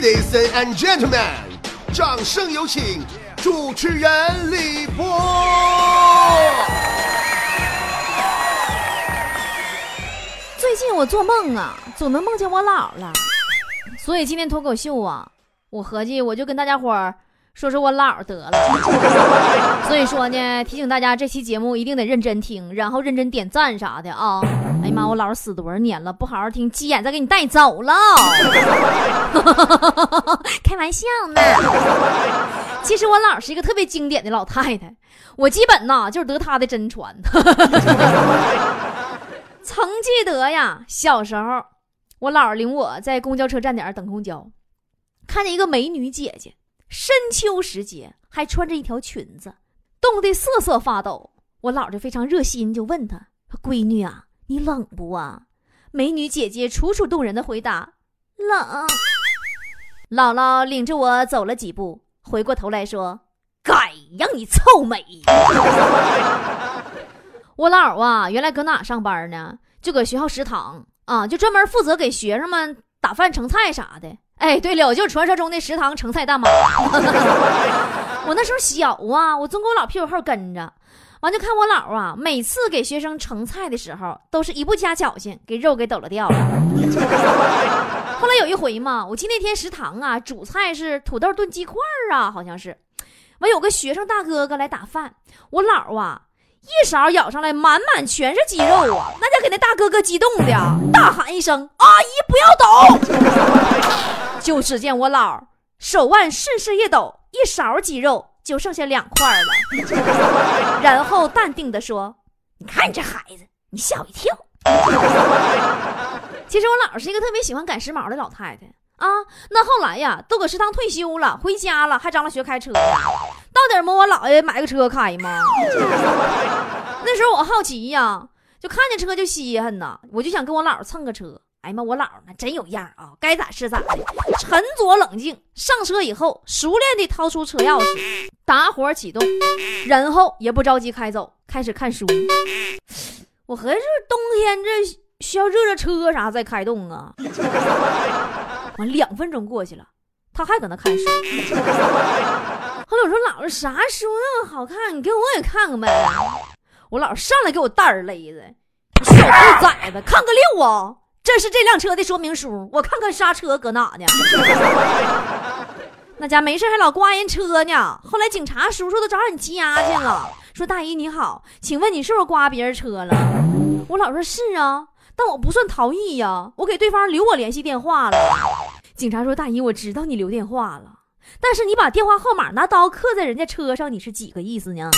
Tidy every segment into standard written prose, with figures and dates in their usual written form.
Ladies and gentlemen， 掌声有请主持人李波。 最近我做梦啊，总能梦见我姥姥，所以今天脱口秀啊，我合计我就跟大家伙儿说说我姥得了。所以说呢，提醒大家这期节目一定得认真听，然后认真点赞啥的啊。哎呀妈，我姥死多少年了，不好好听，急眼再给你带走了。开玩笑呢。其实我姥是一个特别经典的老太太，我基本呢就是得她的真传。曾记得呀，小时候我姥领我在公交车站点等公交，看见一个美女姐姐，深秋时节还穿着一条裙子，冻得瑟瑟发抖。我姥就非常热心，就问她：闺女啊，你冷不啊？美女姐姐楚楚动人的回答：冷。姥姥领着我走了几步，回过头来说：该让你臭美。我姥啊，原来搁哪上班呢？就搁学校食堂啊，就专门负责给学生们打饭盛菜啥的。哎，对了，就是传说中的食堂盛菜大妈。我那时候小啊，我总搁我姥屁股后跟着，完就看我姥啊，每次给学生盛菜的时候，都是一不加小心，给肉给抖了掉了。后来有一回嘛，我记得那天食堂啊，主菜是土豆炖鸡块啊，好像是。完有个学生大哥哥来打饭，我姥啊，一勺舀上来，满满全是鸡肉啊，那就给那大哥哥激动的大喊一声：阿姨不要抖！就只见我姥手腕顺势一抖，一勺鸡肉就剩下2块了，然后淡定地说：你看你这孩子，你吓我一跳。其实我姥是一个特别喜欢赶时髦的老太太啊，那后来呀，都搁食堂退休了，回家了，还张罗学开车呀。到底么我姥爷买个车开吗？那时候我好奇呀，就看见车就稀罕呐，我就想跟我姥蹭个车。哎妈，我姥那真有样啊，该咋是咋的，沉着冷静。上车以后，熟练地掏出车钥匙，打火启动，然后也不着急开走，开始看书。我合计这冬天这需要热热车啥再开动啊。完2分钟过去了，他还搁那看书。后来我说姥姥啥书那么好看，你给我也看看呗。我姥上来给我袋儿勒的，小兔崽子，看个溜啊！这是这辆车的说明书，我看看刹车搁哪呢？那家没事还老刮人车呢。后来警察叔叔都找人家去了，说大姨你好，请问你是不是刮别人车了？我姥说是啊，但我不算逃逸呀，我给对方留我联系电话了。警察说大姨我知道你留电话了，但是你把电话号码拿刀刻在人家车上，你是几个意思呢？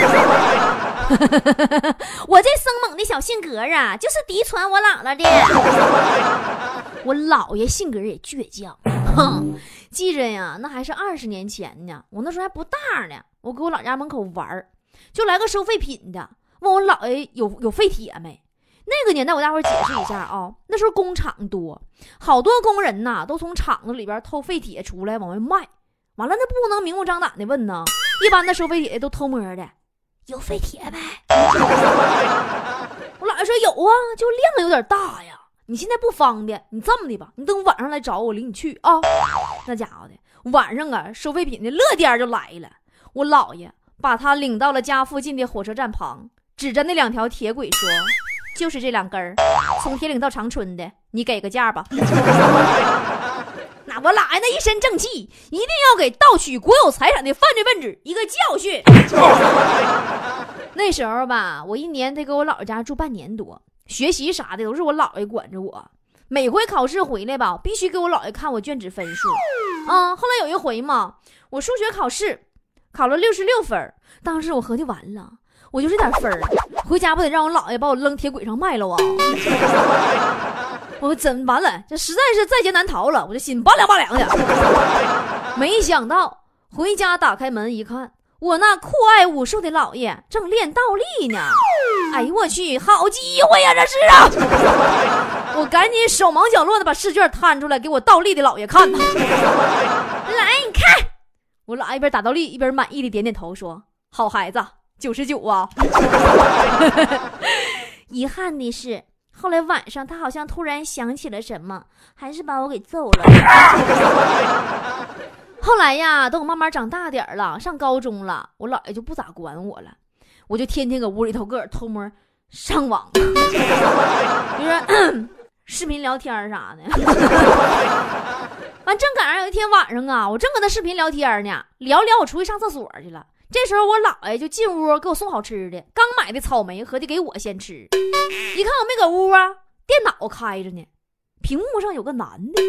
我这生猛的小性格啊，就是嫡传我姥姥的。我姥爷性格也倔强，记着呀，那还是20年前呢，我那时候还不大呢，我搁我老家门口玩，就来个收废品的，问我姥爷有废铁没。那个年代我大伙解释一下啊，那时候工厂多，好多工人呐都从厂子里边偷废铁出来往外卖，完了那不能明目张胆的问呢，一般的收废铁都偷摸的，有废铁呗？我姥爷说有啊，就量有点大呀，你现在不方便，你这么的吧，你等晚上来找我领你去啊。那家伙的晚上啊，收废品的乐颠就来了，我姥爷把他领到了家附近的火车站旁，指着那2条铁轨说，就是这2根儿，从铁岭到长春的，你给个价吧。那我姥爷那一身正气，一定要给盗取国有财产的犯罪分子一个教训。那时候吧，我1年得给我姥爷家住半年多，学习啥的都是我姥爷管着我，每回考试回来吧，必须给我姥爷看我卷子分数。后来有一回嘛，我数学考试考了66分，当时我合计完了，我就这点分回家不得让我姥爷把我扔铁轨上卖了啊！我真完了，这实在是在劫难逃了，我就心拔凉拔凉的。没想到回家打开门一看，我那酷爱武术的姥爷正练倒立呢。哎呦我去，好机会呀，这是啊！我赶紧手忙脚乱的把试卷摊出来给我倒立的姥爷看。来你看，我姥爷一边打倒立一边满意的点点头说，好孩子，99啊。遗憾的是后来晚上他好像突然想起了什么，还是把我给揍了。后来呀，等我慢慢长大点了，上高中了，我姥爷就不咋管我了，我就天天搁屋里头个儿偷摸上网，就是视频聊天啥的。完正赶上有一天晚上啊，我正跟他视频聊天呢，聊我出去上厕所去了。这时候我姥爷就进屋给我送好吃的，刚买的草莓合计给我先吃，一看我没搁屋啊，电脑开着呢，屏幕上有个男的。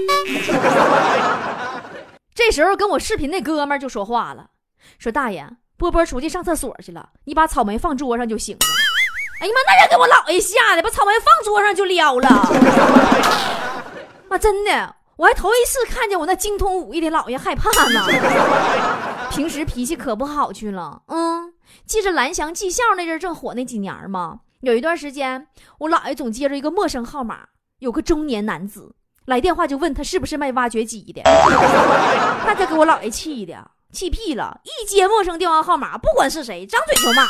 这时候跟我视频那哥们就说话了，说大爷，波波出去上厕所去了，你把草莓放桌上就行了。哎呀妈，那人给我姥爷吓的，把草莓放桌上就撩了。啊，真的，我还头一次看见我那精通武艺的姥爷害怕呢。平时脾气可不好去了。记着蓝翔技校那阵正火那几年吗？有一段时间我姥爷总接着一个陌生号码，有个中年男子来电话就问他是不是卖挖掘机的。那就给我姥爷气的气屁了，一接陌生电话号码不管是谁张嘴就骂。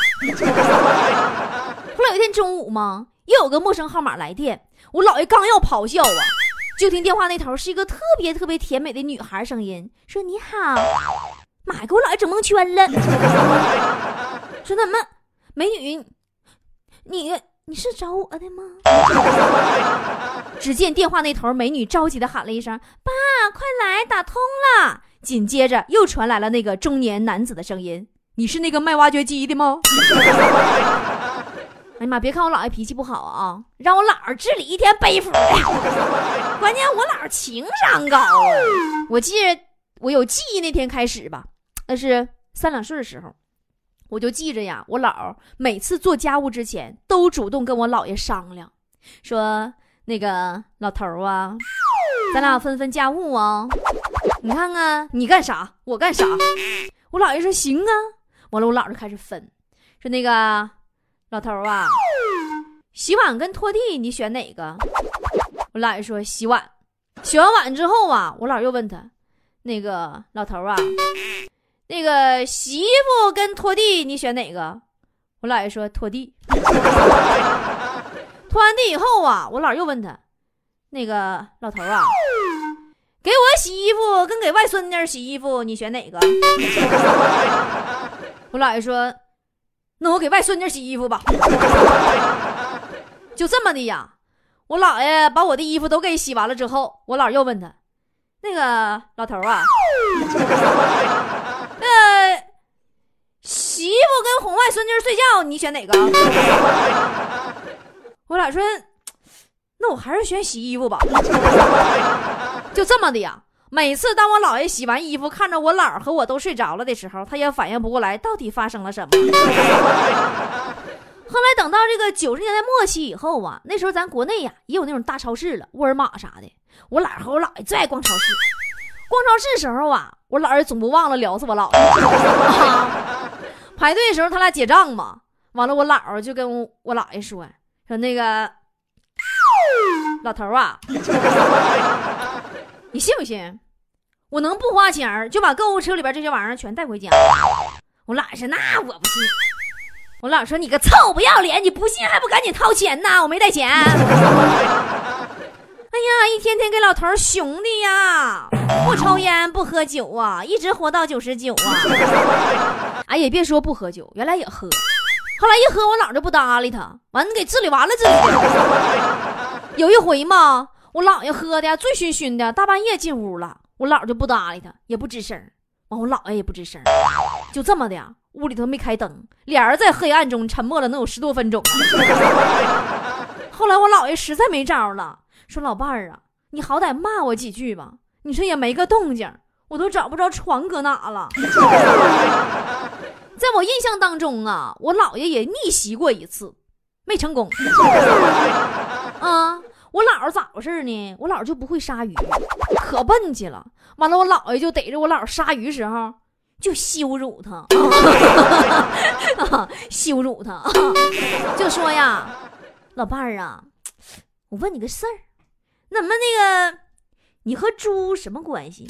后来有一天中午嘛，又有个陌生号码来电，我姥爷刚要咆哮啊，就听电话那头是一个特别特别甜美的女孩声音，说你好。妈呀，给我姥爷整蒙圈了。说那么美女，你是找我的吗？只见电话那头美女着急的喊了一声，爸快来，打通了。紧接着又传来了那个中年男子的声音，你是那个卖挖掘机的吗？哎呀妈，别看我姥爷脾气不好啊，让我姥儿治理一天背负的。关键我姥儿情商高啊。我记得我有记忆那天开始吧，那是3、2岁的时候，我就记着呀，我姥儿每次做家务之前都主动跟我姥爷商量，说那个老头啊，咱俩分分家务啊，你看看你干啥我干啥。我姥爷说行啊，完了我姥儿就开始分，说那个老头啊，洗碗跟拖地你选哪个？我姥爷说洗碗。洗完碗之后啊，我姥又问他，那个老头啊，那个洗衣服跟拖地你选哪个？我姥爷说拖地。拖完地以后啊，我姥又问他，那个老头啊，给我洗衣服跟给外孙女洗衣服你选哪个？我姥爷说那我给外孙女洗衣服吧。就这么的呀，我姥爷把我的衣服都给洗完了之后，我姥又问他，那个老头啊，洗衣服跟哄外孙女睡觉你选哪个？我姥说那我还是选洗衣服吧。就这么的呀，每次当我姥爷洗完衣服看着我姥和我都睡着了的时候，他也反应不过来到底发生了什么。后来等到这个90年代末期以后啊，那时候咱国内呀也有那种大超市了，沃尔玛啥的，我姥和我姥爷最爱逛超市。逛超市时候啊，我姥爷总不忘了聊死我姥爷。排队的时候他俩结账嘛，完了我姥就跟我姥爷说那个老头啊，你信不信我能不花钱就把购物车里边这些玩意儿全带回家？我姥爷说那我不信。我姥说你个臭不要脸，你不信还不赶紧掏钱呢，我没带钱。哎呀，一天天给老头熊的呀，不抽烟不喝酒啊，一直活到99啊。哎，也别说不喝酒，原来也喝，后来一喝我姥就不搭理他，完了给治理完了治理。有一回嘛，我姥爷喝的醉醺醺的，大半夜进屋了，我姥就不搭理他，也不吱声，完我姥爷也不吱声，就这么的呀，屋里头没开灯，俩人在黑暗中沉默了能有10多分钟。后来我姥爷实在没招了，说老伴儿啊，你好歹骂我几句吧，你说也没个动静，我都找不着床搁哪了。在我印象当中啊，我姥爷也逆袭过一次，没成功。我姥咋回事呢？我姥就不会杀鱼，可笨去了。完了，我姥爷就逮着我姥杀鱼时候就羞辱他，羞辱他，就说呀，老伴儿啊，我问你个事儿，那么那个你和猪什么关系？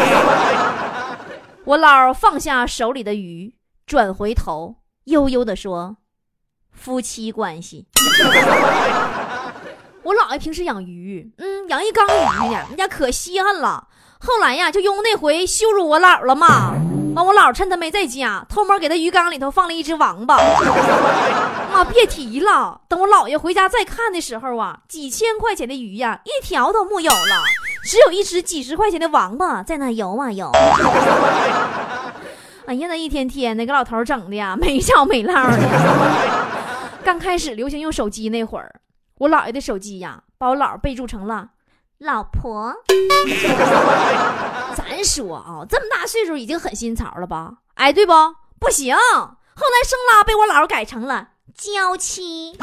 我姥放下手里的鱼，转回头悠悠地说，夫妻关系。我我姥爷平时养鱼，养一缸鱼呢，人家可稀罕了。后来呀，就因为那回羞辱我姥了嘛，完我姥趁他没在家，偷摸给他鱼缸里头放了一只王八。妈，别提了，等我姥爷回家再看的时候啊，几千块钱的鱼呀，一条都没有了，只有一只几十块钱的王八在那游啊游。哎呀，那一天天的给老头整的呀，没着没落的。刚开始流行用手机那会儿，我姥爷的手机呀，把我姥备注成了老婆。咱说啊，这么大岁数已经很新潮了吧？哎，对不？不行，后来生拉被我姥改成了娇妻。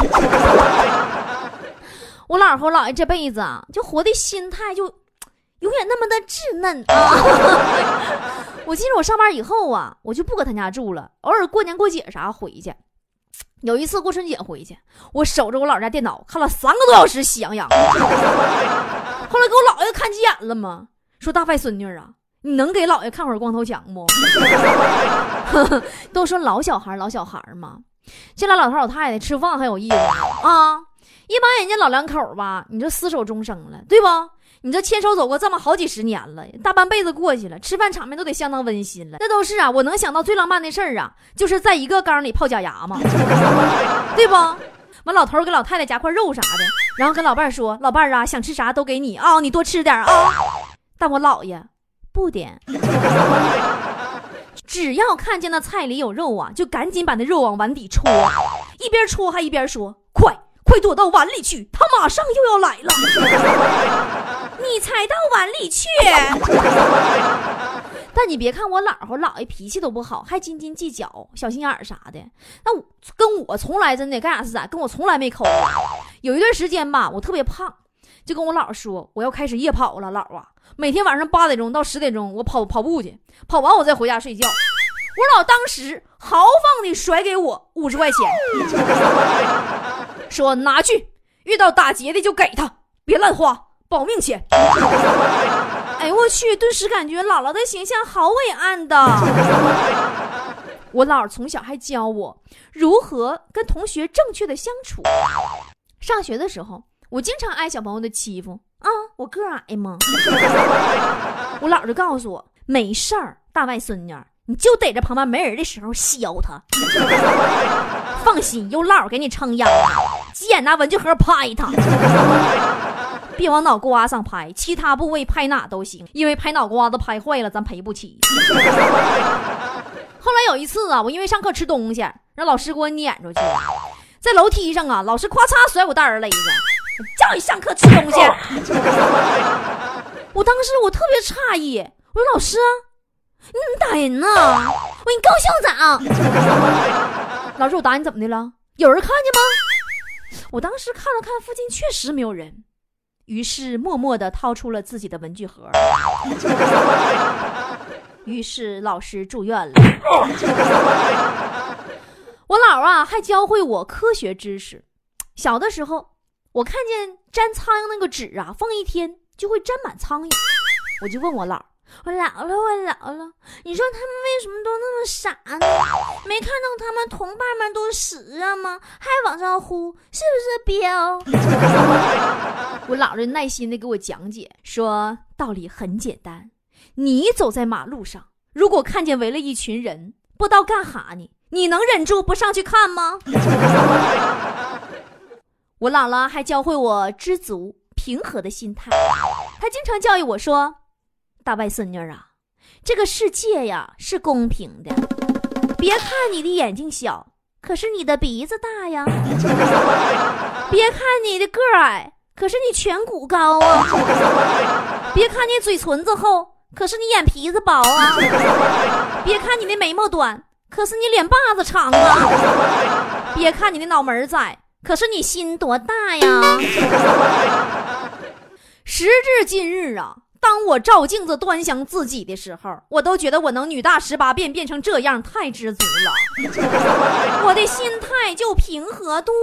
我姥和我姥爷这辈子啊，就活的心态就永远那么的稚嫩啊。我记得我上班以后啊，我就不搁他家住了，偶尔过年过节啥回去。有一次过春节回去，我守着我姥家电脑看了3个多小时《喜羊羊》。后来给我姥爷看急眼了嘛，说大外孙女啊，你能给姥爷看会儿光头强不？都说老小孩嘛，现在老头老太太吃饭还有意思啊。一般人家老两口吧，你这厮守终生了，对不？你这牵手走过这么好几十年了，大半辈子过去了，吃饭场面都得相当温馨了。那都是啊，我能想到最浪漫的事儿啊，就是在一个缸里泡假牙嘛，对不？完老头给老太太夹块肉啥的，然后跟老伴儿说：“老伴儿啊，想吃啥都给你啊，你多吃点啊。”但我姥爷不点，只要看见那菜里有肉啊，就赶紧把那肉往碗底戳，一边戳还一边说：“快躲到碗里去，他马上又要来了。”你才到碗里去。但你别看我姥和姥爷脾气都不好，还斤斤计较、小心眼啥的，那跟我从来真的干啥是咋，跟我从来没抠过。有一段时间吧，我特别胖，就跟我姥说我要开始夜跑了，姥啊，每天晚上8点钟到10点钟我跑步去，跑完我再回家睡觉。我姥当时豪放地甩给我50块钱，说拿去，遇到打劫的就给他，别乱花，保命钱。哎我去，顿时感觉姥姥的形象好伟岸的。我姥从小还教我如何跟同学正确的相处。上学的时候，我经常挨小朋友的欺负啊，我个矮嘛。我姥就告诉我，没事儿，大外孙女，你就逮着旁边没人的时候削他。放心，有姥给你撑腰，急眼拿文具盒拍他。别往脑瓜上拍，其他部位拍哪都行，因为拍脑瓜子拍坏了咱赔不起。后来有一次啊，我因为上课吃东西，让老师给我撵出去，在楼梯上啊，老师咔嚓甩我大人勒子，叫你上课吃东西。我当时我特别诧异，我说老师你怎么打人呢？我说你高校长。老师我打你怎么的了？有人看见吗？我当时看了看附近，确实没有人，于是默默地掏出了自己的文具盒。于是老师住院了。我姥啊还教会我科学知识。小的时候我看见粘苍蝇那个纸啊，放一天就会粘满苍蝇。我就问我姥，我姥姥，你说他们为什么都那么傻呢？没看到他们同伴们都死了吗？还往上呼，是不是彪？我姥姥耐心地给我讲解，说道理很简单，你走在马路上，如果看见围了一群人，不知道干哈呢，你能忍住不上去看吗？我姥姥还教会我知足平和的心态，她经常教育我说，大外孙女啊，这个世界呀是公平的，别看你的眼睛小，可是你的鼻子大呀。别看你的个矮，可是你颧骨高啊。别看你嘴唇子厚，可是你眼皮子薄啊。别看你的眉毛短，可是你脸把子长啊。别看你的脑门窄，可是你心多大呀。时至今日啊，当我照镜子端详自己的时候，我都觉得我能女大18变变成这样，太知足了。我的心态就平和多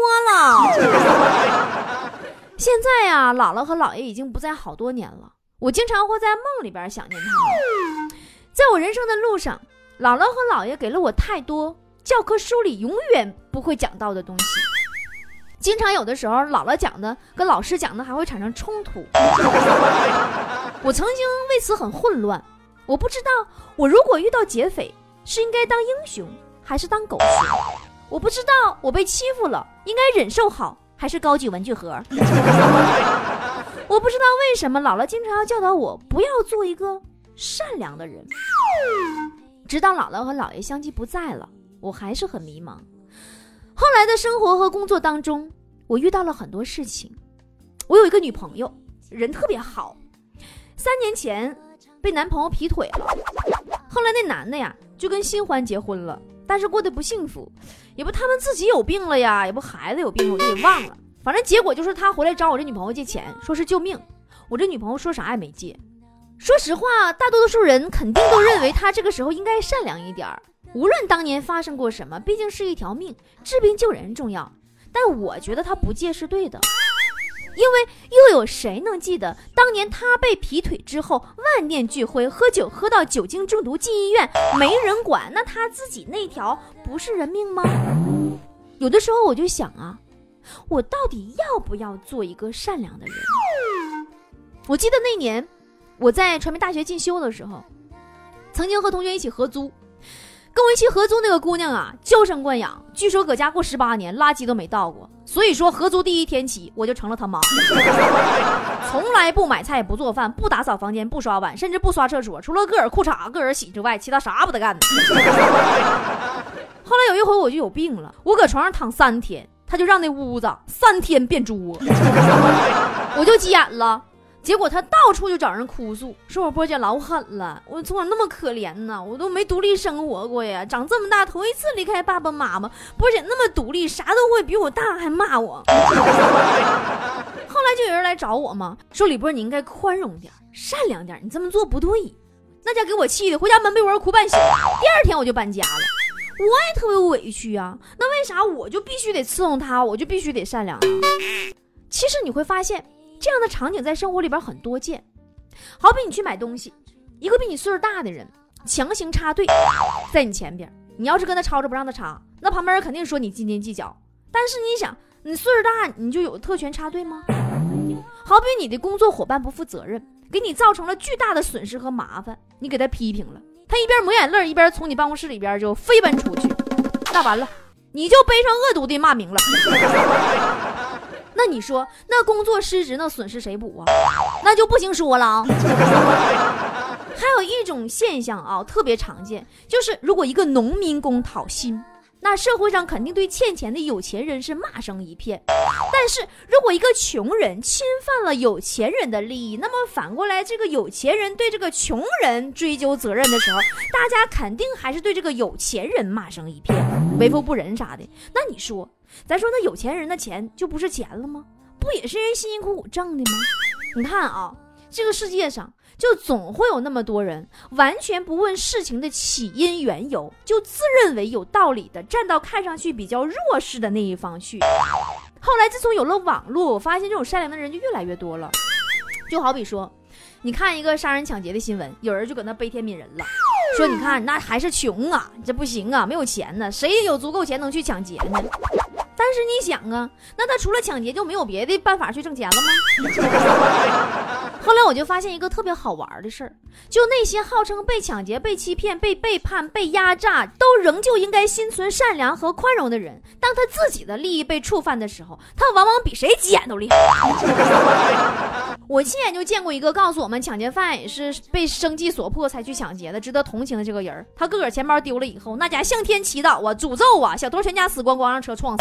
了。现在啊，姥姥和姥爷已经不在好多年了，我经常会在梦里边想念他们。在我人生的路上，姥姥和姥爷给了我太多教科书里永远不会讲到的东西。 经常有的时候姥姥讲的跟老师讲的还会产生冲突。我曾经为此很混乱，我不知道我如果遇到劫匪是应该当英雄还是当狗熊，我不知道我被欺负了应该忍受好还是高举文具盒。我不知道为什么姥姥经常要教导我不要做一个善良的人。直到姥姥和姥爷相继不在了，我还是很迷茫。后来的生活和工作当中，我遇到了很多事情。我有一个女朋友，人特别好，3年前被男朋友劈腿了，后来那男的呀就跟新欢结婚了，但是过得不幸福，也不他们自己有病了呀，也不孩子有病了，我就给忘了。反正结果就是他回来找我这女朋友借钱，说是救命，我这女朋友说啥也没借。说实话，大多数人肯定都认为他这个时候应该善良一点，无论当年发生过什么，毕竟是一条命，治病救人重要。但我觉得他不借是对的，因为又有谁能记得当年他被劈腿之后万念俱灰，喝酒喝到酒精中毒进医院没人管，那他自己那条不是人命吗？有的时候我就想啊，我到底要不要做一个善良的人？我记得那年我在传媒大学进修的时候，曾经和同学一起合租，跟我一起合租那个姑娘啊，娇生惯养，据说搁家过18年，垃圾都没倒过。所以说合租第1天起，我就成了她妈，从来不买菜，不做饭，不打扫房间，不刷碗，甚至不刷厕所，除了个人裤衩个人洗之外，其他啥不得干的。后来有一回我就有病了，我搁床上躺3天，他就让那屋子3天变猪窝，我就急眼了。结果他到处就找人哭诉，说我波姐老狠了，我从小那么可怜呢，我都没独立生活过呀，长这么大头一次离开爸爸妈妈，波姐那么独立，啥都会，比我大还骂我。后来就有人来找我嘛，说李波你应该宽容点，善良点，你这么做不对。那家给我气的，回家闷被窝哭半宿。第2天我就搬家了，我也特别委屈啊，那为啥我就必须得伺候他，我就必须得善良啊？其实你会发现这样的场景在生活里边很多见。好比你去买东西，一个比你岁数大的人强行插队在你前边，你要是跟他吵着不让他插，那旁边人肯定说你斤斤计较。但是你想，你岁数大你就有特权插队吗？好比你的工作伙伴不负责任，给你造成了巨大的损失和麻烦，你给他批评了，他一边抹眼泪一边从你办公室里边就飞奔出去，那完了，你就背上恶毒的骂名了。那你说，那工作失职那损失谁补啊？那就不行说了啊。还有一种现象啊，特别常见，就是如果一个农民工讨薪，那社会上肯定对欠钱的有钱人是骂声一片。但是如果一个穷人侵犯了有钱人的利益，那么反过来这个有钱人对这个穷人追究责任的时候，大家肯定还是对这个有钱人骂声一片，为富不仁啥的。那你说，咱说那有钱人的钱就不是钱了吗？不也是人辛辛苦苦挣的吗？你看啊，这个世界上就总会有那么多人完全不问事情的起因缘由，就自认为有道理的站到看上去比较弱势的那一方去。后来自从有了网络，我发现这种善良的人就越来越多了。就好比说，你看一个杀人抢劫的新闻，有人就搁那悲天悯人了，说你看那还是穷啊，这不行啊，没有钱呢，谁有足够钱能去抢劫呢？但是你想啊，那他除了抢劫就没有别的办法去挣钱了吗？后来我就发现一个特别好玩的事儿，就那些号称被抢劫、被欺骗、被背叛、被压榨，都仍旧应该心存善良和宽容的人，当他自己的利益被触犯的时候，他往往比谁急眼都厉害。我亲眼就见过一个告诉我们抢劫犯也是被生计所迫才去抢劫的，值得同情的这个人，他个钱包丢了以后，那家向天祈祷啊，诅咒啊，小偷全家死光光，让车撞死。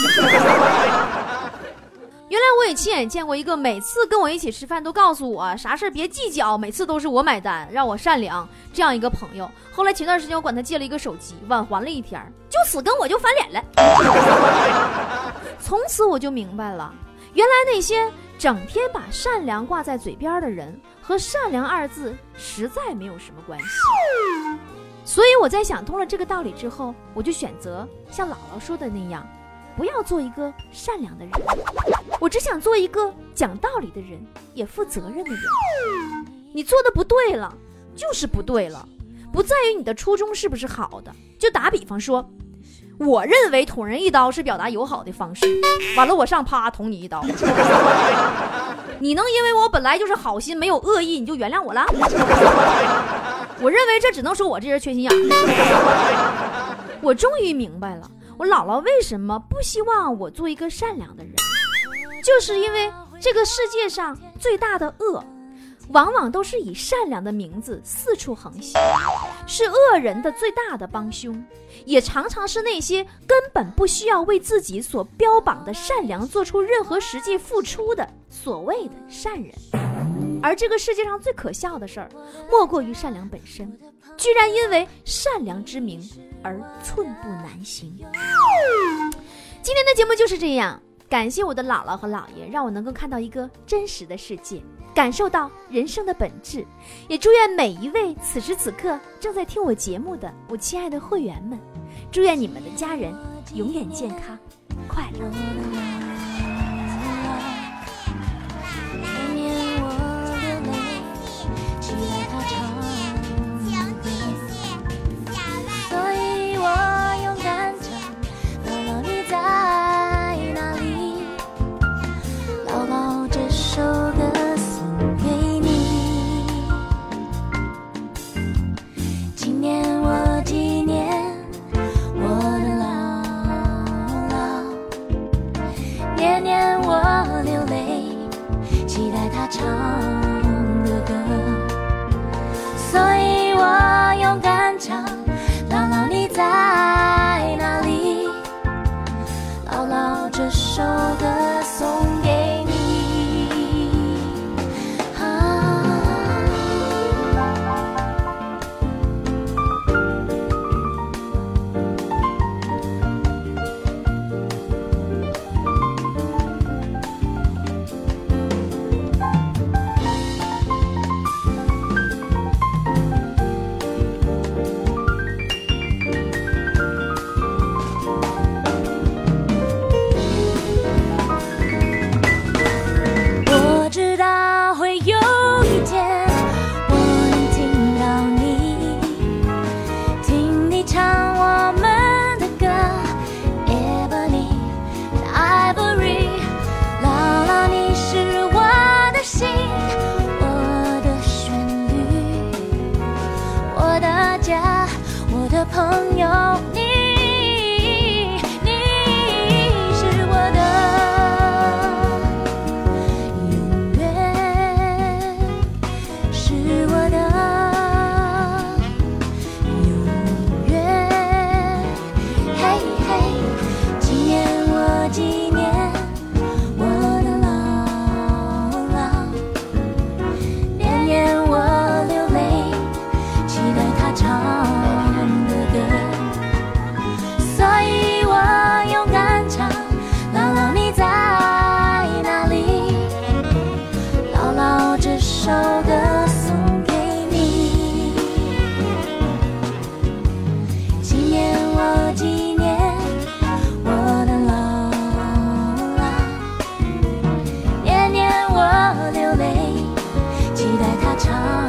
原来我也亲眼见过一个每次跟我一起吃饭都告诉我啥事别计较，每次都是我买单，让我善良这样一个朋友。后来前段时间我管他借了一个手机，晚还了1天，就此跟我就翻脸了。从此我就明白了，原来那些整天把善良挂在嘴边的人和善良2字实在没有什么关系。所以我在想通了这个道理之后，我就选择像姥姥说的那样，不要做一个善良的人，我只想做一个讲道理的人，也负责任的人。你做的不对了就是不对了，不在于你的初衷是不是好的。就打比方说， 我认为捅人一刀是表达友好的方式，完了我上啪捅你一刀，你能因为我本来就是好心没有恶意你就原谅我了？我认为这只能说我这人缺心眼。我终于明白了我姥姥为什么不希望我做一个善良的人，就是因为这个世界上最大的恶往往都是以善良的名字四处横行，是恶人的最大的帮凶，也常常是那些根本不需要为自己所标榜的善良做出任何实际付出的所谓的善人。而这个世界上最可笑的事儿，莫过于善良本身居然因为善良之名而寸步难行。今天的节目就是这样，感谢我的姥姥和姥爷，让我能够看到一个真实的世界，感受到人生的本质。也祝愿每一位此时此刻正在听我节目的我亲爱的会员们，祝愿你们的家人永远健康快乐。 朋友，你是我的永远，是我的永远。嘿嘿，纪念我，纪念我的姥姥，年年我流泪，期待她唱。首歌送给你，纪念我，纪念我的姥姥，年年我流泪，期待她唱。